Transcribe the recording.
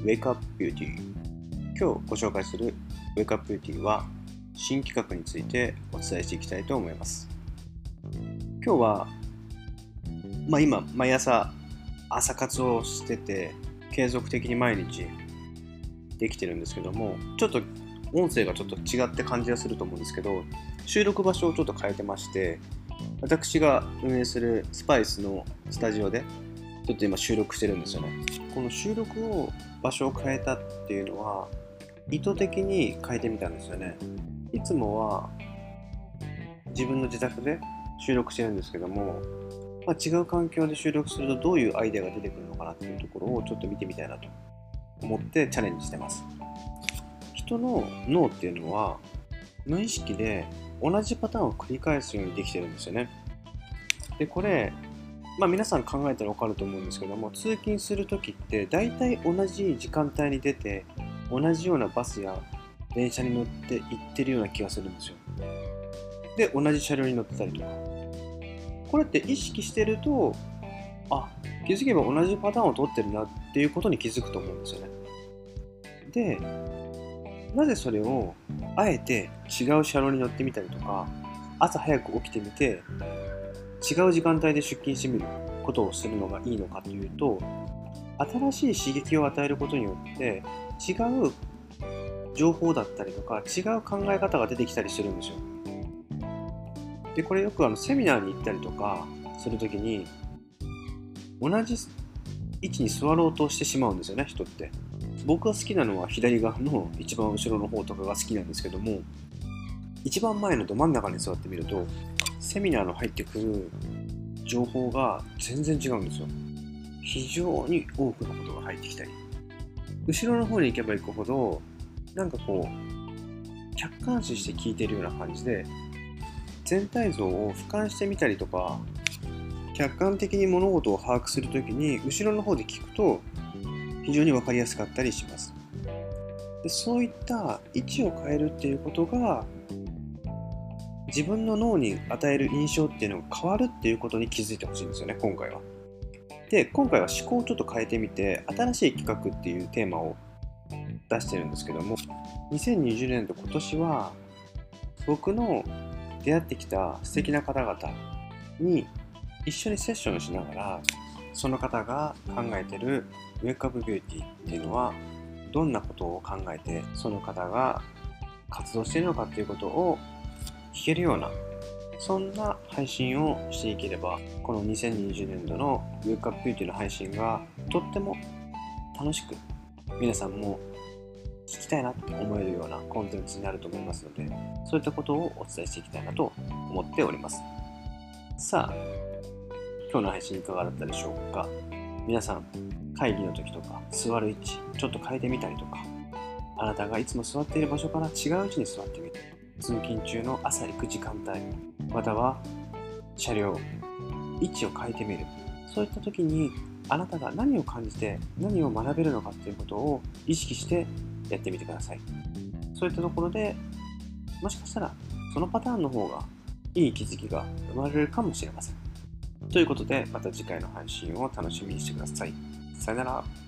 Wake Up Beauty。今日ご紹介する Wake Up Beauty は新企画についてお伝えしていきたいと思います。今日は、今毎朝活をしてて継続的に毎日できてるんですけども、ちょっと音声がちょっと違って感じがすると思うんですけど、収録場所をちょっと変えてまして、私が運営するスパイスのスタジオでちょっと今収録してるんですよね。この収録を場所を変えたっていうのは意図的に変えてみたんですよね。いつもは自分の自宅で収録してるんですけども、違う環境で収録するとどういうアイデアが出てくるのかなっていうところをちょっと見てみたいなと思ってチャレンジしてます。人の脳っていうのは無意識で同じパターンを繰り返すようにできてるんですよね。でこれ、皆さん考えたら分かると思うんですけども、通勤するときって大体同じ時間帯に出て同じようなバスや電車に乗って行ってるような気がするんですよ。で同じ車両に乗ってたりとか、これって意識してると気づけば同じパターンを取ってるなっていうことに気づくと思うんですよね。でなぜそれをあえて違う車両に乗ってみたりとか、朝早く起きてみて違う時間帯で出勤してみることをするのがいいのかというと、新しい刺激を与えることによって違う情報だったりとか違う考え方が出てきたりするんですよ。でこれよくセミナーに行ったりとかするときに同じ位置に座ろうとしてしまうんですよね、人って。僕が好きなのは左側の一番後ろの方とかが好きなんですけども、一番前のど真ん中に座ってみるとセミナーの入ってくる情報が全然違うんですよ。非常に多くのことが入ってきたり、後ろの方に行けば行くほど客観視して聞いてるような感じで、全体像を俯瞰してみたりとか客観的に物事を把握するときに後ろの方で聞くと非常に分かりやすかったりします。でそういった位置を変えるっていうことが自分の脳に与える印象っていうのが変わるっていうことに気づいてほしいんですよね、今回は。で今回は思考をちょっと変えてみて、新しい企画っていうテーマを出してるんですけども、2020年度今年は僕の出会ってきた素敵な方々に一緒にセッションをしながら、その方が考えてるウェイクアップビューティーっていうのはどんなことを考えてその方が活動しているのかっていうことを聞けるような、そんな配信をしていければ、この2020年度のウェイクアップビューティーの配信がとっても楽しく、皆さんも聞きたいなって思えるようなコンテンツになると思いますので、そういったことをお伝えしていきたいなと思っております。さあ、今日の配信いかがだったでしょうか。皆さん、会議の時とか座る位置ちょっと変えてみたりとか、あなたがいつも座っている場所から違う位置に座ってみて、通勤中の朝行く時間帯、または車両、位置を変えてみる。そういった時にあなたが何を感じて何を学べるのかということを意識してやってみてください。そういったところでもしかしたらそのパターンの方がいい気づきが生まれるかもしれません。ということで、また次回の配信を楽しみにしてください。さよなら。